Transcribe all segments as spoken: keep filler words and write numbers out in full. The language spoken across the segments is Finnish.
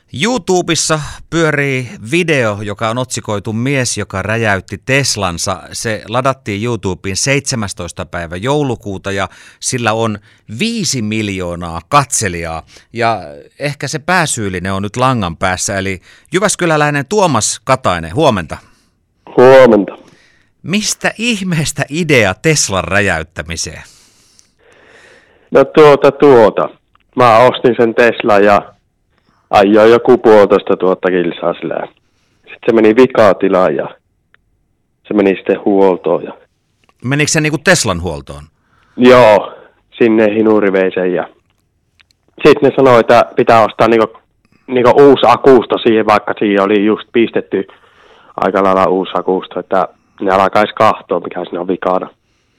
YouTubessa pyörii video, joka on otsikoitu Mies, joka räjäytti Teslansa. Se ladattiin YouTubeen seitsemästoista päivä joulukuuta ja sillä on viisi miljoonaa katselijaa. Ja ehkä se pääsyyllinen on nyt langan päässä, eli jyväskyläläinen Tuomas Katainen, huomenta. Huomenta. Mistä ihmeestä idea Teslan räjäyttämiseen? No tuota tuota. Mä ostin sen Teslan ja ajoin joku puolitoista tuhatta kilsaa sillä. Sitten se meni vikatilaan ja se meni sitten huoltoon. Ja... Menikö se niinku Teslan huoltoon? Joo, sinne hinuri vei sen ja sitten ne sanoi, että pitää ostaa niinku, niinku uusi akusto siihen, vaikka siihen oli just pistetty aika lailla uusi akusto, että ne alkaisi kahtoa, mikä siinä on vikana.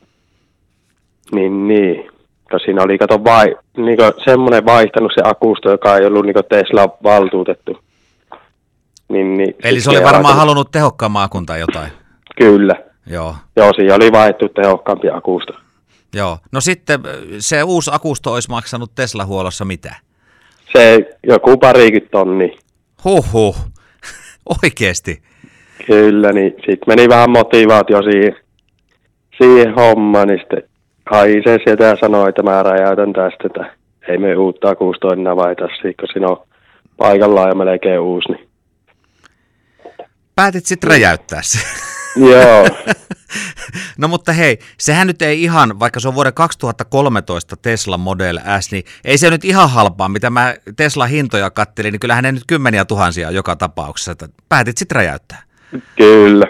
Niin, niin. Koska siinä oli, kato, vai, niinku semmoinen vaihtanut se akusto, joka ei ollut niinku Tesla valtuutettu. Niin, niin, Eli se oli varmaan alkanut... halunnut tehokkaan tai jotain? Kyllä. Joo. Joo, siinä oli vaihdettu tehokkaampi akusto. Joo. No sitten se uusi akusto olisi maksanut Tesla-huollossa mitä? Se joku parikymmentä tonnia. Huhhuh. Oikeesti? Kyllä, niin sitten meni vähän motivaatio siihen, siihen hommaan, niin sitten haisee sieltä ja sanoi, että mä räjäytän tästä, että ei me uutta akustoa enää vaihtaa siihen, kun siinä on paikallaan ja melkein uusi. Niin. Päätit sitten räjäyttää se. Joo. No mutta hei, sehän nyt ei ihan, vaikka se on vuoden kaksituhattakolmetoista Tesla Model S, niin ei se nyt ihan halpaa, mitä mä Tesla hintoja kattelin, niin kyllähän ne nyt kymmeniä tuhansia joka tapauksessa, että päätit sitten räjäyttää. Kyllä.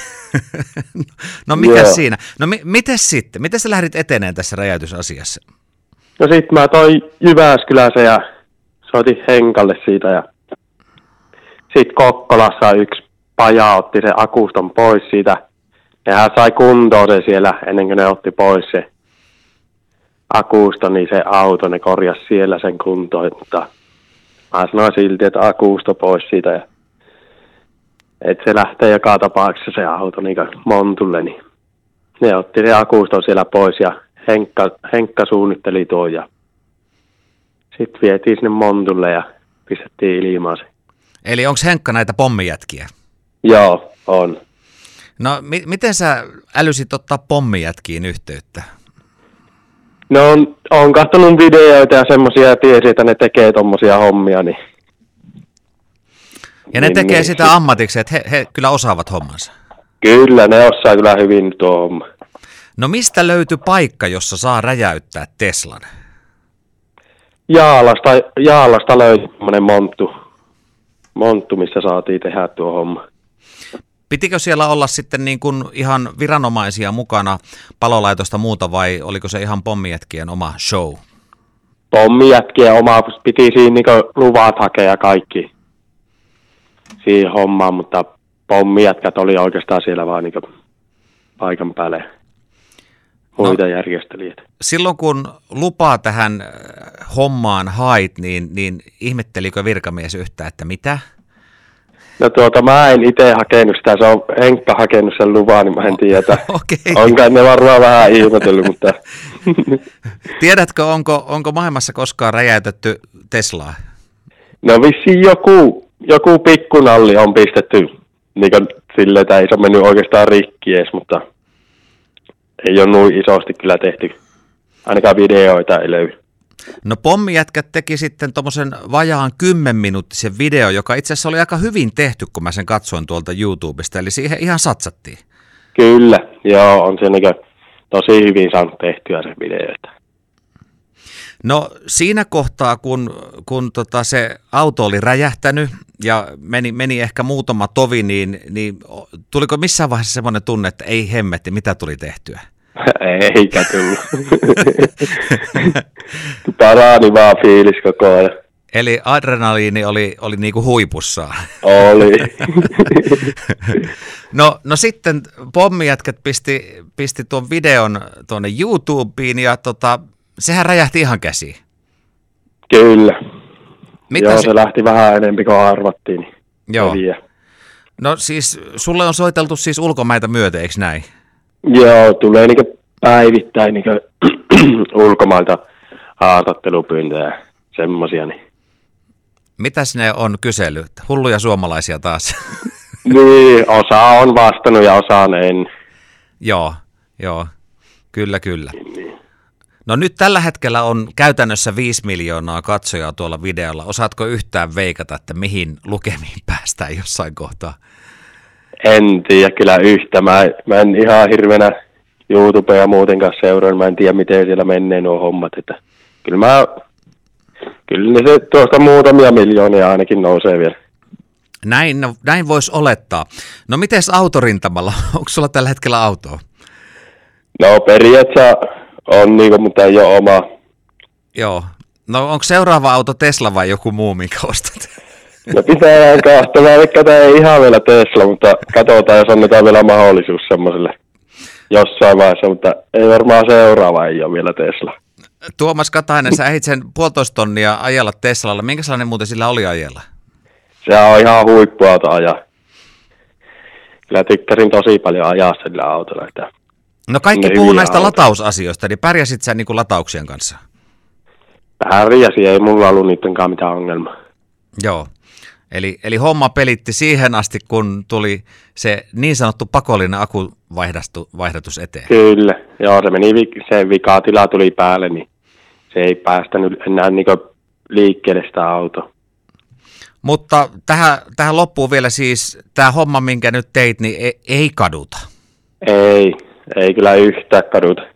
No mikä siinä? No mi- miten sitten? Miten sä lähdit eteneen tässä räjäytysasiassa? No sit mä toin Jyväskylässä ja soitin Henkalle siitä ja sit Kokkolassa yksi paja otti sen akuston pois siitä ja hän sai kuntoon se siellä ennen kuin ne otti pois se akusto, niin se auto, ne korjasi siellä sen kuntoon, mutta mä sanoin silti, että akusto pois siitä ja että se lähtee joka tapauksessa se auto niin montulle, niin ne otti se akuston siellä pois ja Henkka, Henkka suunnitteli tuon ja sitten vietiin sinne montulle ja pistettiin ilmaan se. Eli onko Henkka näitä pommijätkiä? Joo, on. No mi- miten sä älysit ottaa pommijätkiin yhteyttä? No on, on katsonut videoita ja semmosia ja tiesi, että ne tekee tommosia hommia, niin... Ja ne niin, tekee niin, sitä sit... ammatiksi, että he, he kyllä osaavat hommansa. Kyllä, ne osaa kyllä hyvin tuo homma. No mistä löytyi paikka, jossa saa räjäyttää Teslan? Jaalasta, Jaalasta löytyi semmoinen monttu, monttu, missä saatiin tehdä tuo homma. Pitikö siellä olla sitten niin kuin ihan viranomaisia mukana, palolaitosta muuta, vai oliko se ihan pommijätkien oma show? Pommijätkien oma, piti siinä niinku luvat hakea kaikki siihen hommaan, mutta pommijätkät oli oikeastaan siellä vaan niinku paikan päälle muita no, järjestelijät. Silloin kun lupaa tähän hommaan hait, niin, niin ihmettelikö virkamies yhtään, että mitä? No tuota, mä en itse hakenut sitä, se on Henkka hakenut sen luvan, niin mä en tiedä, okay. Onko ne varmaan vähän ihmetellyt, mutta... Tiedätkö, onko, onko maailmassa koskaan räjäytetty Teslaa? No vissiin joku, joku pikkunalli on pistetty, niin kuin silleen, että ei se ole mennyt oikeastaan rikki edes, mutta ei ole noin isosti kyllä tehty, ainakaan videoita ei löydy. No pommijätkät teki sitten tuommoisen vajaan kymmenminuuttisen video, joka itse asiassa oli aika hyvin tehty, kun mä sen katsoin tuolta YouTubesta, eli siihen ihan satsattiin. Kyllä, joo, on se niin tosi hyvin saanut tehtyä se videoita. No siinä kohtaa, kun, kun tota se auto oli räjähtänyt ja meni, meni ehkä muutama tovi, niin, niin tuliko missään vaiheessa semmoinen tunne, että ei hemmetti, mitä tuli tehtyä? Eikä tullut. Parani vaan fiilis koko ajan. Eli adrenaliini oli, oli niinku huipussaan. Oli. no, no sitten pommijätkät pisti, pisti tuon videon tuonne YouTubeen ja tota, sehän räjähti ihan käsiin. Kyllä. Mitä Joo, se... se lähti vähän enempi kuin arvattiin. Niin joo. No siis sulle on soiteltu siis ulkomaita myöten, eikö näin? Joo, tulee niinku päivittäin niinku ulkomailta haastattelupyyntöjä, semmosia. Niin. Mitäs ne on kysellyt? Hulluja suomalaisia taas. Niin, osa on vastannut ja osa en. Joo, joo, kyllä, kyllä. No nyt tällä hetkellä on käytännössä viisi miljoonaa katsojaa tuolla videolla. Osaatko yhtään veikata, että mihin lukemiin päästään jossain kohtaa? En tiedä kyllä yhtä. Mä, mä en ihan hirveänä YouTubea muutenkaan seuraa. Mä en tiedä, miten siellä menee nuo hommat. Että kyllä mä, kyllä se tuosta muutamia miljoonia ainakin nousee vielä. Näin, no, näin voisi olettaa. No mites autorintamalla? Onko sulla tällä hetkellä autoa? No periaatteessa on niinku, mutta ei ole oma. Joo. No onko seuraava auto Tesla vai joku muu, minkä ostat? No pitää vähän kahta. Mä veikkaan, ei ihan vielä Tesla, mutta katsotaan, jos annetaan vielä mahdollisuus semmoiselle jossain vaiheessa, mutta ei varmaan seuraava ei ole vielä Tesla. Tuomas Katainen, sä ehdit sen puolitoista tonnia ajella Teslalla. Minkä sellainen muuten sillä oli ajella? Se on ihan huippuauto ajaa. Kyllä tykkäsin tosi paljon ajaa sillä autolla. Että no kaikki puhuu näistä autoja. Latausasioista, niin pärjäsit sä niin kuin latauksien kanssa? Pärjäsi, ei mulla ollut niittenkaan mitään ongelmaa. Joo, eli, eli homma pelitti siihen asti, kun tuli se niin sanottu pakollinen akuvaihdus eteen. Kyllä, joo, se meni, se vikatila tuli päälle, niin se ei päästänyt enää niin kuin liikkeelle sitä autoa. Mutta tähän, tähän loppuu vielä siis tämä homma, minkä nyt teit, niin ei, ei kaduta. Ei, ei kyllä yhtään kaduta.